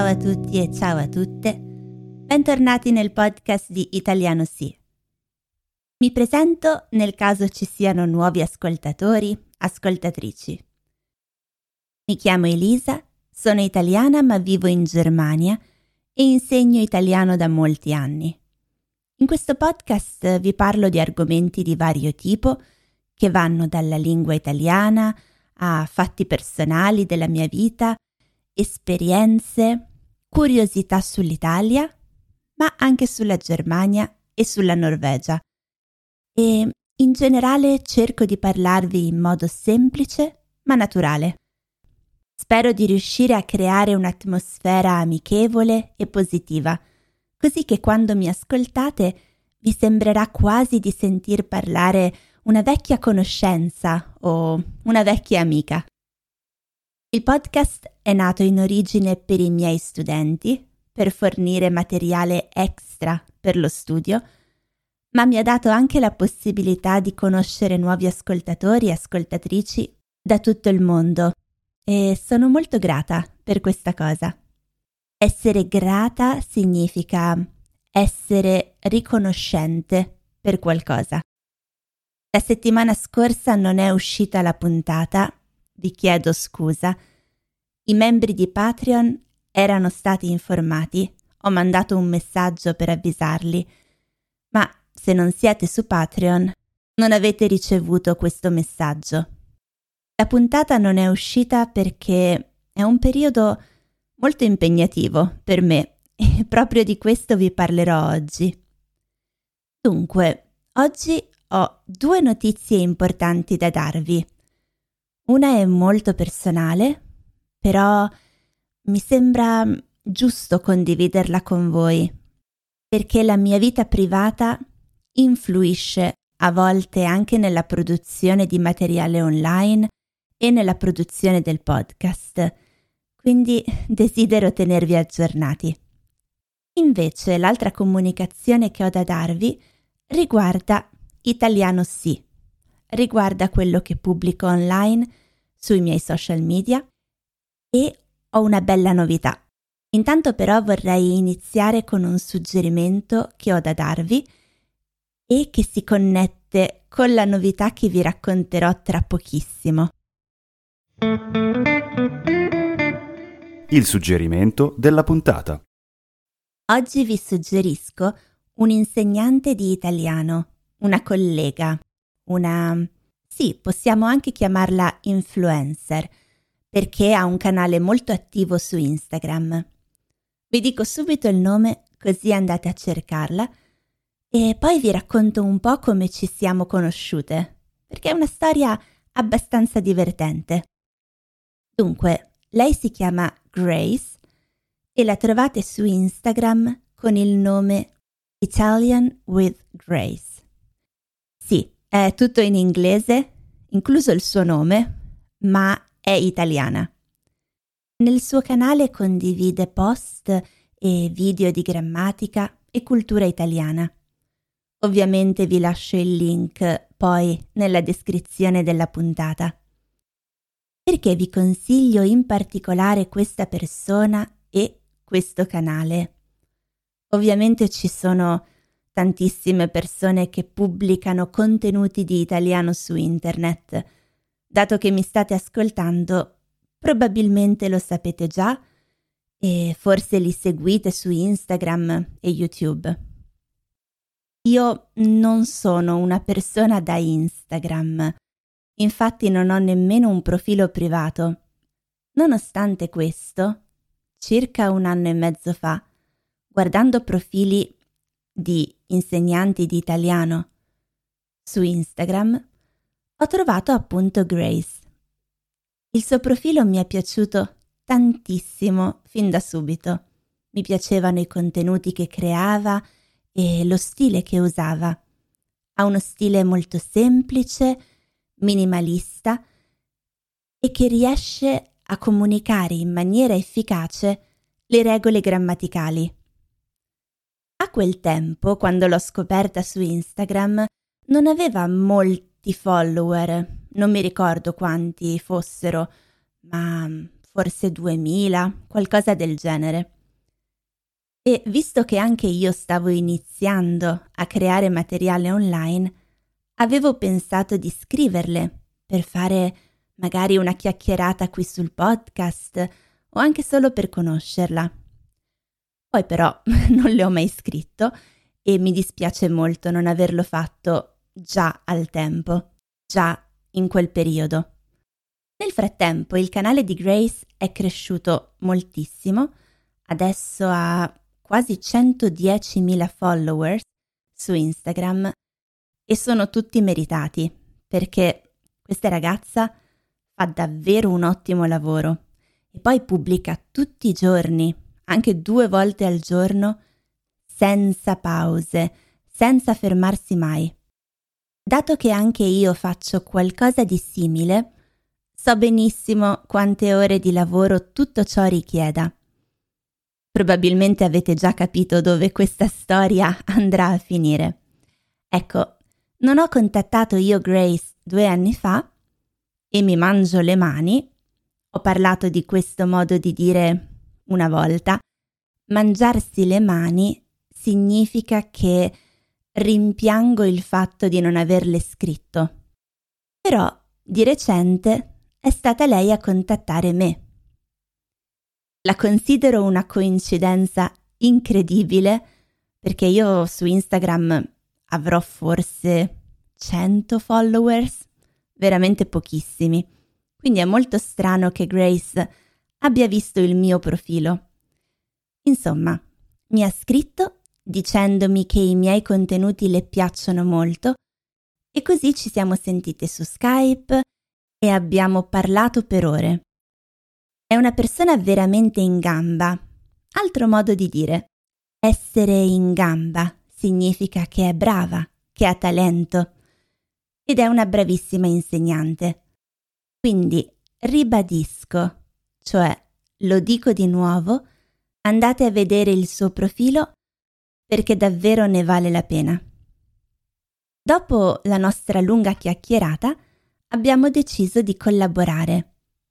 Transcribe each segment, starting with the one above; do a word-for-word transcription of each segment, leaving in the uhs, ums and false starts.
Ciao a tutti e ciao a tutte. Bentornati nel podcast di Italiano Sì. Mi presento nel caso ci siano nuovi ascoltatori, ascoltatrici. Mi chiamo Elisa, sono italiana ma vivo in Germania e insegno italiano da molti anni. In questo podcast vi parlo di argomenti di vario tipo che vanno dalla lingua italiana a fatti personali della mia vita, esperienze, curiosità sull'Italia, ma anche sulla Germania e sulla Norvegia. E in generale cerco di parlarvi in modo semplice ma naturale. Spero di riuscire a creare un'atmosfera amichevole e positiva, così che quando mi ascoltate vi sembrerà quasi di sentir parlare una vecchia conoscenza o una vecchia amica. Il podcast è nato in origine per i miei studenti, per fornire materiale extra per lo studio, ma mi ha dato anche la possibilità di conoscere nuovi ascoltatori e ascoltatrici da tutto il mondo e sono molto grata per questa cosa. Essere grata significa essere riconoscente per qualcosa. La settimana scorsa non è uscita la puntata, vi chiedo scusa. I membri di Patreon erano stati informati, ho mandato un messaggio per avvisarli, ma se non siete su Patreon non avete ricevuto questo messaggio. La puntata non è uscita perché è un periodo molto impegnativo per me e proprio di questo vi parlerò oggi. Dunque, oggi ho due notizie importanti da darvi. Una è molto personale, però mi sembra giusto condividerla con voi, perché la mia vita privata influisce a volte anche nella produzione di materiale online e nella produzione del podcast, quindi desidero tenervi aggiornati. Invece l'altra comunicazione che ho da darvi riguarda Italiano Sì, riguarda quello che pubblico online sui miei social media e ho una bella novità. Intanto però vorrei iniziare con un suggerimento che ho da darvi e che si connette con la novità che vi racconterò tra pochissimo. Il suggerimento della puntata. Oggi vi suggerisco un insegnante di italiano, una collega, una... sì, possiamo anche chiamarla influencer, perché ha un canale molto attivo su Instagram. Vi dico subito il nome, così andate a cercarla, e poi vi racconto un po' come ci siamo conosciute, perché è una storia abbastanza divertente. Dunque, lei si chiama Grace e la trovate su Instagram con il nome Italian with Grace. Sì, è tutto in inglese, incluso il suo nome, ma è italiana. Nel suo canale condivide post e video di grammatica e cultura italiana. Ovviamente vi lascio il link poi nella descrizione della puntata. Perché vi consiglio in particolare questa persona e questo canale? Ovviamente ci sono tantissime persone che pubblicano contenuti di italiano su internet. Dato che mi state ascoltando, probabilmente lo sapete già e forse li seguite su Instagram e YouTube. Io non sono una persona da Instagram, infatti non ho nemmeno un profilo privato. Nonostante questo, circa un anno e mezzo fa, guardando profili di insegnanti di italiano su Instagram, ho trovato appunto Grace. Il suo profilo mi è piaciuto tantissimo fin da subito. Mi piacevano i contenuti che creava e lo stile che usava. Ha uno stile molto semplice, minimalista e che riesce a comunicare in maniera efficace le regole grammaticali. A quel tempo, quando l'ho scoperta su Instagram, non aveva molti follower, non mi ricordo quanti fossero, ma forse duemila, qualcosa del genere. E visto che anche io stavo iniziando a creare materiale online, avevo pensato di scriverle per fare magari una chiacchierata qui sul podcast o anche solo per conoscerla. Poi però non le ho mai scritto e mi dispiace molto non averlo fatto già al tempo, già in quel periodo. Nel frattempo il canale di Grace è cresciuto moltissimo, adesso ha quasi centodiecimila followers su Instagram e sono tutti meritati perché questa ragazza fa davvero un ottimo lavoro e poi pubblica tutti i giorni, anche due volte al giorno, senza pause, senza fermarsi mai. Dato che anche io faccio qualcosa di simile, so benissimo quante ore di lavoro tutto ciò richieda. Probabilmente avete già capito dove questa storia andrà a finire. Ecco, non ho contattato io Grace due anni fa e mi mangio le mani. Ho parlato di questo modo di dire una volta. Mangiarsi le mani significa che rimpiango il fatto di non averle scritto. Però di recente è stata lei a contattare me. La considero una coincidenza incredibile perché io su Instagram avrò forse cento followers, veramente pochissimi. Quindi è molto strano che Grace abbia visto il mio profilo. Insomma, mi ha scritto dicendomi che i miei contenuti le piacciono molto e così ci siamo sentite su Skype e abbiamo parlato per ore. È una persona veramente in gamba. Altro modo di dire, essere in gamba significa che è brava, che ha talento ed è una bravissima insegnante. Quindi ribadisco, cioè lo dico di nuovo, andate a vedere il suo profilo perché davvero ne vale la pena. Dopo la nostra lunga chiacchierata abbiamo deciso di collaborare.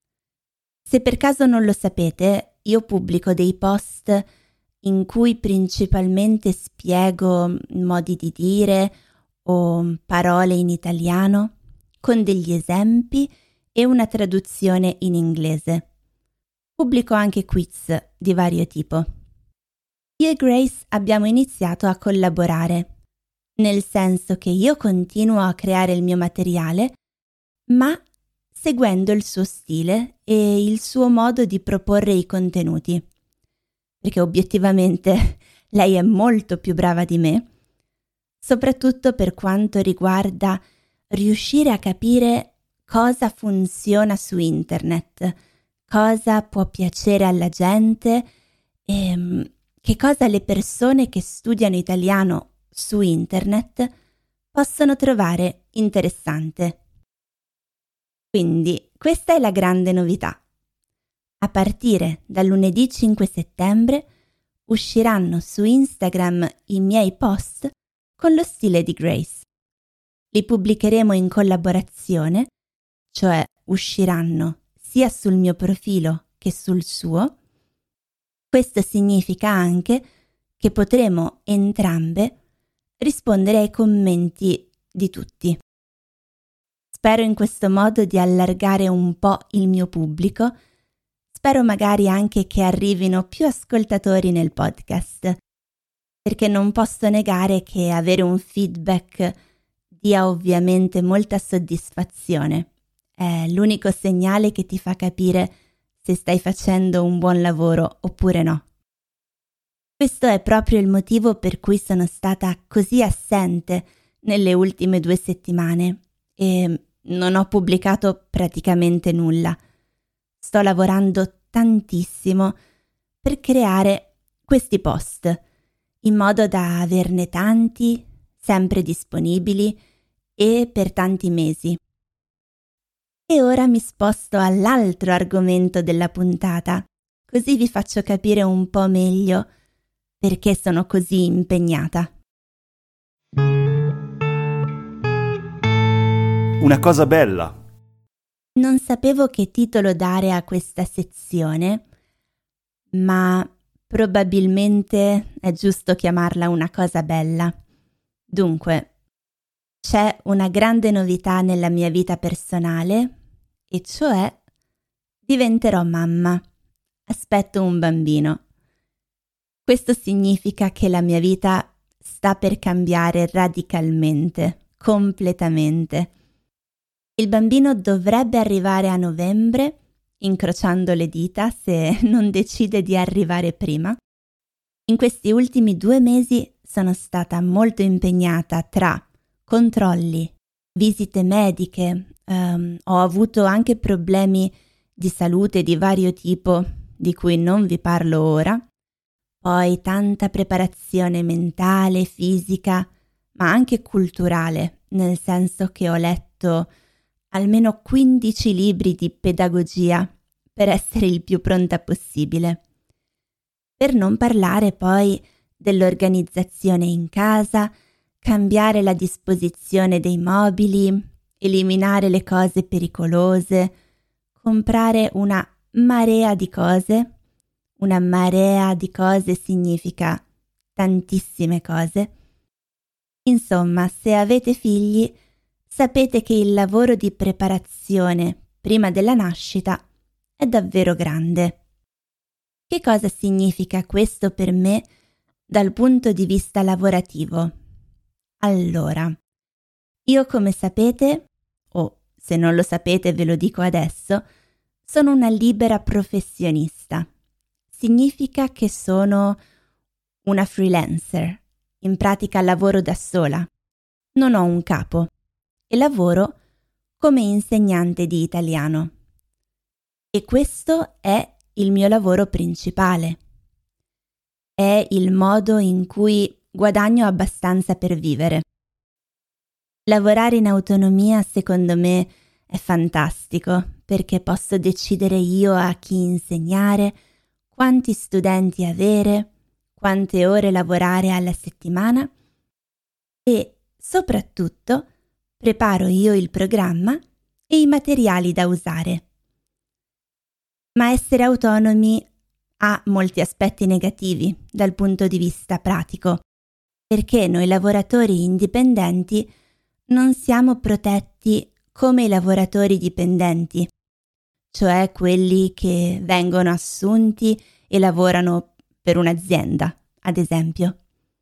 Se per caso non lo sapete, io pubblico dei post in cui principalmente spiego modi di dire o parole in italiano con degli esempi e una traduzione in inglese. Pubblico anche quiz di vario tipo. Io e Grace abbiamo iniziato a collaborare, nel senso che io continuo a creare il mio materiale, ma seguendo il suo stile e il suo modo di proporre i contenuti. Perché obiettivamente lei è molto più brava di me, soprattutto per quanto riguarda riuscire a capire cosa funziona su internet, cosa può piacere alla gente e che cosa le persone che studiano italiano su internet possono trovare interessante. Quindi questa è la grande novità. A partire dal lunedì cinque settembre usciranno su Instagram i miei post con lo stile di Grace. Li pubblicheremo in collaborazione, cioè usciranno sia sul mio profilo che sul suo. Questo significa anche che potremo entrambe rispondere ai commenti di tutti. Spero in questo modo di allargare un po' il mio pubblico. Spero magari anche che arrivino più ascoltatori nel podcast, perché non posso negare che avere un feedback dia ovviamente molta soddisfazione. È l'unico segnale che ti fa capire se stai facendo un buon lavoro oppure no. Questo è proprio il motivo per cui sono stata così assente nelle ultime due settimane e non ho pubblicato praticamente nulla. Sto lavorando tantissimo per creare questi post, in modo da averne tanti, sempre disponibili e per tanti mesi. E ora mi sposto all'altro argomento della puntata, così vi faccio capire un po' meglio perché sono così impegnata. Una cosa bella. Non sapevo che titolo dare a questa sezione, ma probabilmente è giusto chiamarla una cosa bella. Dunque, c'è una grande novità nella mia vita personale, e cioè diventerò mamma. Aspetto un bambino. Questo significa che la mia vita sta per cambiare radicalmente, completamente. Il bambino dovrebbe arrivare a novembre, incrociando le dita se non decide di arrivare prima. In questi ultimi due mesi sono stata molto impegnata tra controlli, visite mediche, um, ho avuto anche problemi di salute di vario tipo, di cui non vi parlo ora, poi tanta preparazione mentale, fisica, ma anche culturale, nel senso che ho letto almeno quindici libri di pedagogia per essere il più pronta possibile. Per non parlare poi dell'organizzazione in casa, cambiare la disposizione dei mobili, eliminare le cose pericolose, comprare una marea di cose. Una marea di cose significa tantissime cose. Insomma, se avete figli, sapete che il lavoro di preparazione prima della nascita è davvero grande. Che cosa significa questo per me dal punto di vista lavorativo? Allora, io come sapete, o se non lo sapete ve lo dico adesso, sono una libera professionista. Significa che sono una freelancer, in pratica lavoro da sola, non ho un capo e lavoro come insegnante di italiano. E questo è il mio lavoro principale. È il modo in cui guadagno abbastanza per vivere. Lavorare in autonomia secondo me è fantastico perché posso decidere io a chi insegnare, quanti studenti avere, quante ore lavorare alla settimana e, soprattutto, preparo io il programma e i materiali da usare. Ma essere autonomi ha molti aspetti negativi dal punto di vista pratico, perché noi lavoratori indipendenti non siamo protetti come i lavoratori dipendenti, cioè quelli che vengono assunti e lavorano per un'azienda, ad esempio.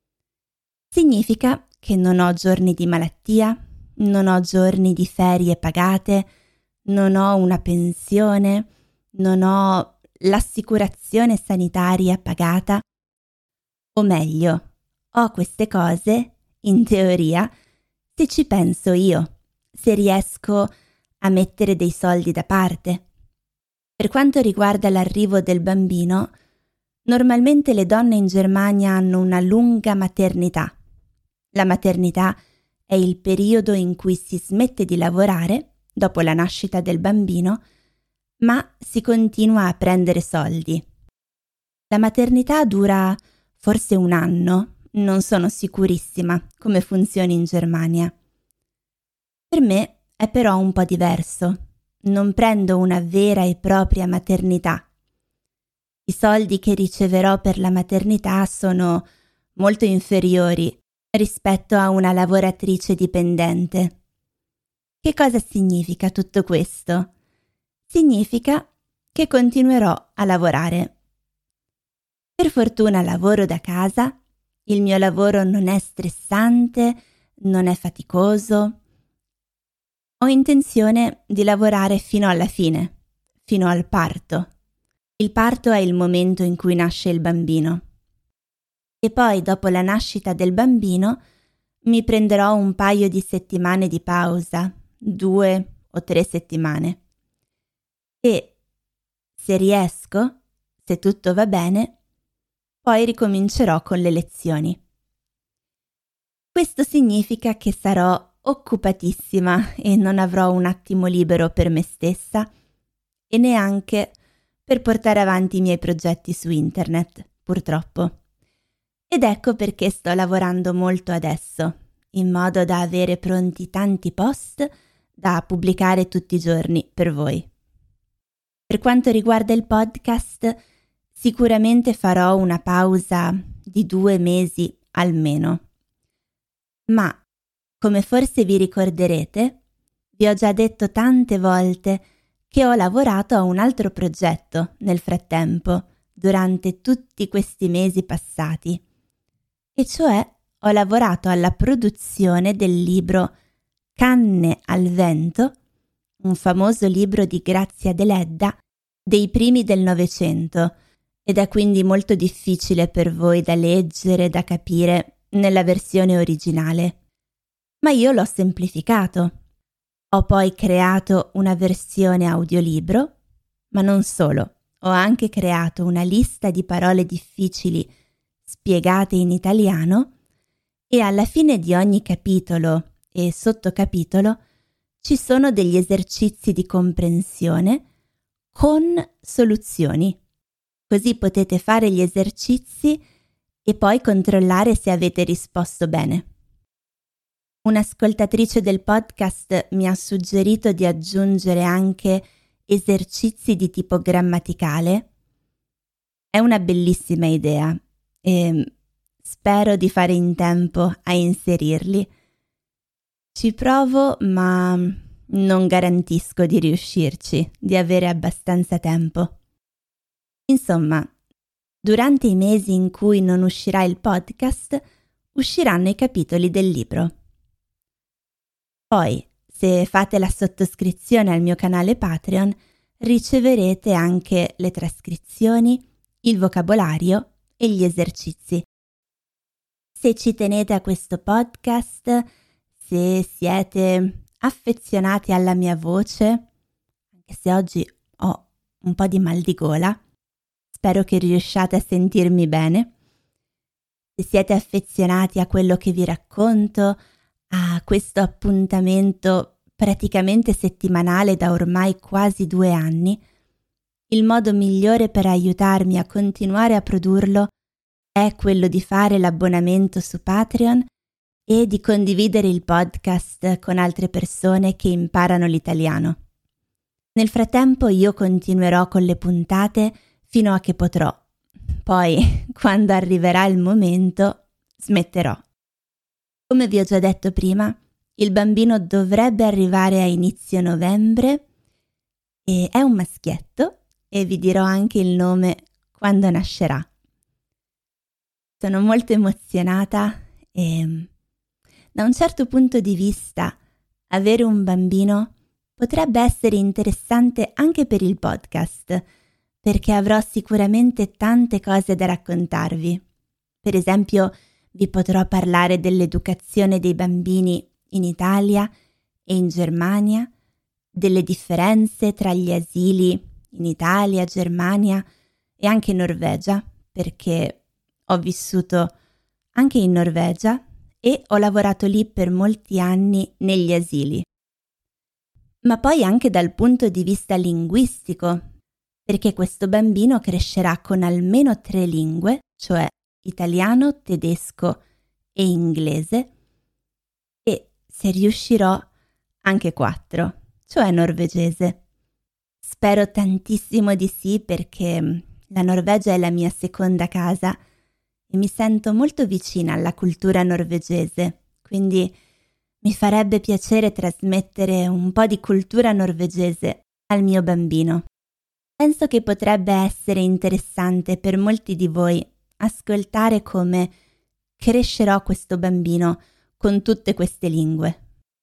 Significa che non ho giorni di malattia, non ho giorni di ferie pagate, non ho una pensione, non ho l'assicurazione sanitaria pagata, o meglio, ho queste cose, in teoria, se ci penso io, se riesco a mettere dei soldi da parte. Per quanto riguarda l'arrivo del bambino, normalmente le donne in Germania hanno una lunga maternità. La maternità è il periodo in cui si smette di lavorare dopo la nascita del bambino, ma si continua a prendere soldi. La maternità dura forse un anno, non sono sicurissima come funzioni in Germania. Per me è però un po' diverso. Non prendo una vera e propria maternità. I soldi che riceverò per la maternità sono molto inferiori rispetto a una lavoratrice dipendente. Che cosa significa tutto questo? Significa che continuerò a lavorare. Per fortuna lavoro da casa, il mio lavoro non è stressante, non è faticoso. Ho intenzione di lavorare fino alla fine, fino al parto. Il parto è il momento in cui nasce il bambino. E poi, dopo la nascita del bambino, mi prenderò un paio di settimane di pausa, due o tre settimane. E, se riesco, se tutto va bene, poi ricomincerò con le lezioni. Questo significa che sarò occupatissima e non avrò un attimo libero per me stessa e neanche per portare avanti i miei progetti su internet, purtroppo. Ed ecco perché sto lavorando molto adesso, in modo da avere pronti tanti post da pubblicare tutti i giorni per voi. Per quanto riguarda il podcast, sicuramente farò una pausa di due mesi almeno. Ma, come forse vi ricorderete, vi ho già detto tante volte che ho lavorato a un altro progetto nel frattempo, durante tutti questi mesi passati, e cioè ho lavorato alla produzione del libro Canne al vento, un famoso libro di Grazia Deledda dei primi del Novecento, ed è quindi molto difficile per voi da leggere, da capire nella versione originale. Ma io l'ho semplificato. Ho poi creato una versione audiolibro, ma non solo, ho anche creato una lista di parole difficili spiegate in italiano e alla fine di ogni capitolo e sottocapitolo ci sono degli esercizi di comprensione con soluzioni. Così potete fare gli esercizi e poi controllare se avete risposto bene. Un'ascoltatrice del podcast mi ha suggerito di aggiungere anche esercizi di tipo grammaticale. È una bellissima idea e spero di fare in tempo a inserirli. Ci provo, ma non garantisco di riuscirci, di avere abbastanza tempo. Insomma, durante i mesi in cui non uscirà il podcast, usciranno i capitoli del libro. Poi, se fate la sottoscrizione al mio canale Patreon, riceverete anche le trascrizioni, il vocabolario e gli esercizi. Se ci tenete a questo podcast, se siete affezionati alla mia voce, anche se oggi ho un po' di mal di gola, spero che riusciate a sentirmi bene. Se siete affezionati a quello che vi racconto, a questo appuntamento praticamente settimanale da ormai quasi due anni, il modo migliore per aiutarmi a continuare a produrlo è quello di fare l'abbonamento su Patreon e di condividere il podcast con altre persone che imparano l'italiano. Nel frattempo io continuerò con le puntate fino a che potrò. Poi, quando arriverà il momento, smetterò. Come vi ho già detto prima, il bambino dovrebbe arrivare a inizio novembre e è un maschietto e vi dirò anche il nome quando nascerà. Sono molto emozionata e da un certo punto di vista avere un bambino potrebbe essere interessante anche per il podcast, perché avrò sicuramente tante cose da raccontarvi. Per esempio, vi potrò parlare dell'educazione dei bambini in Italia e in Germania, delle differenze tra gli asili in Italia, Germania e anche Norvegia, perché ho vissuto anche in Norvegia e ho lavorato lì per molti anni negli asili. Ma poi anche dal punto di vista linguistico, perché questo bambino crescerà con almeno tre lingue, cioè italiano, tedesco e inglese, e se riuscirò anche quattro, cioè norvegese. Spero tantissimo di sì, perché la Norvegia è la mia seconda casa e mi sento molto vicina alla cultura norvegese, quindi mi farebbe piacere trasmettere un po' di cultura norvegese al mio bambino. Penso che potrebbe essere interessante per molti di voi ascoltare come crescerò questo bambino con tutte queste lingue.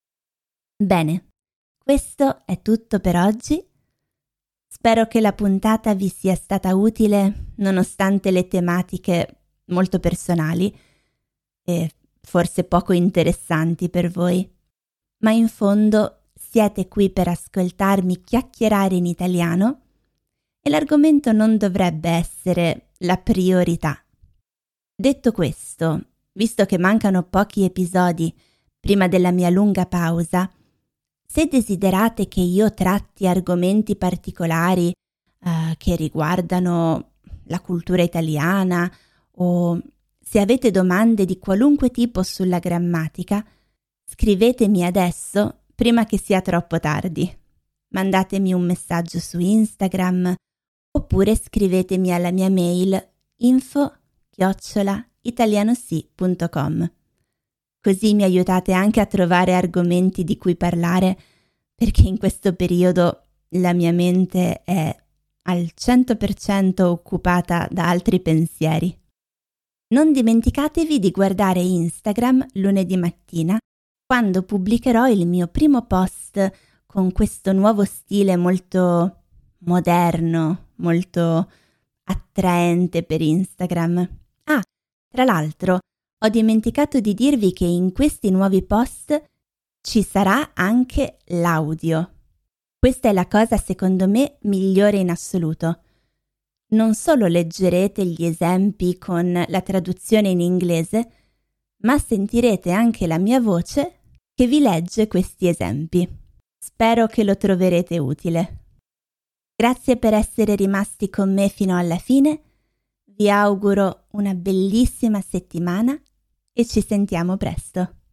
Bene, questo è tutto per oggi. Spero che la puntata vi sia stata utile nonostante le tematiche molto personali e forse poco interessanti per voi, ma in fondo siete qui per ascoltarmi chiacchierare in italiano e l'argomento non dovrebbe essere la priorità. Detto questo, visto che mancano pochi episodi prima della mia lunga pausa, se desiderate che io tratti argomenti particolari eh, che riguardano la cultura italiana o se avete domande di qualunque tipo sulla grammatica, scrivetemi adesso prima che sia troppo tardi. Mandatemi un messaggio su Instagram oppure scrivetemi alla mia mail info chiocciola italianosì punto com. Così mi aiutate anche a trovare argomenti di cui parlare, perché in questo periodo la mia mente è al cento per cento occupata da altri pensieri. Non dimenticatevi di guardare Instagram lunedì mattina, quando pubblicherò il mio primo post con questo nuovo stile molto moderno, molto attraente per Instagram. Ah, tra l'altro, ho dimenticato di dirvi che in questi nuovi post ci sarà anche l'audio. Questa è la cosa secondo me migliore in assoluto. Non solo leggerete gli esempi con la traduzione in inglese, ma sentirete anche la mia voce che vi legge questi esempi. Spero che lo troverete utile. Grazie per essere rimasti con me fino alla fine. Vi auguro una bellissima settimana e ci sentiamo presto.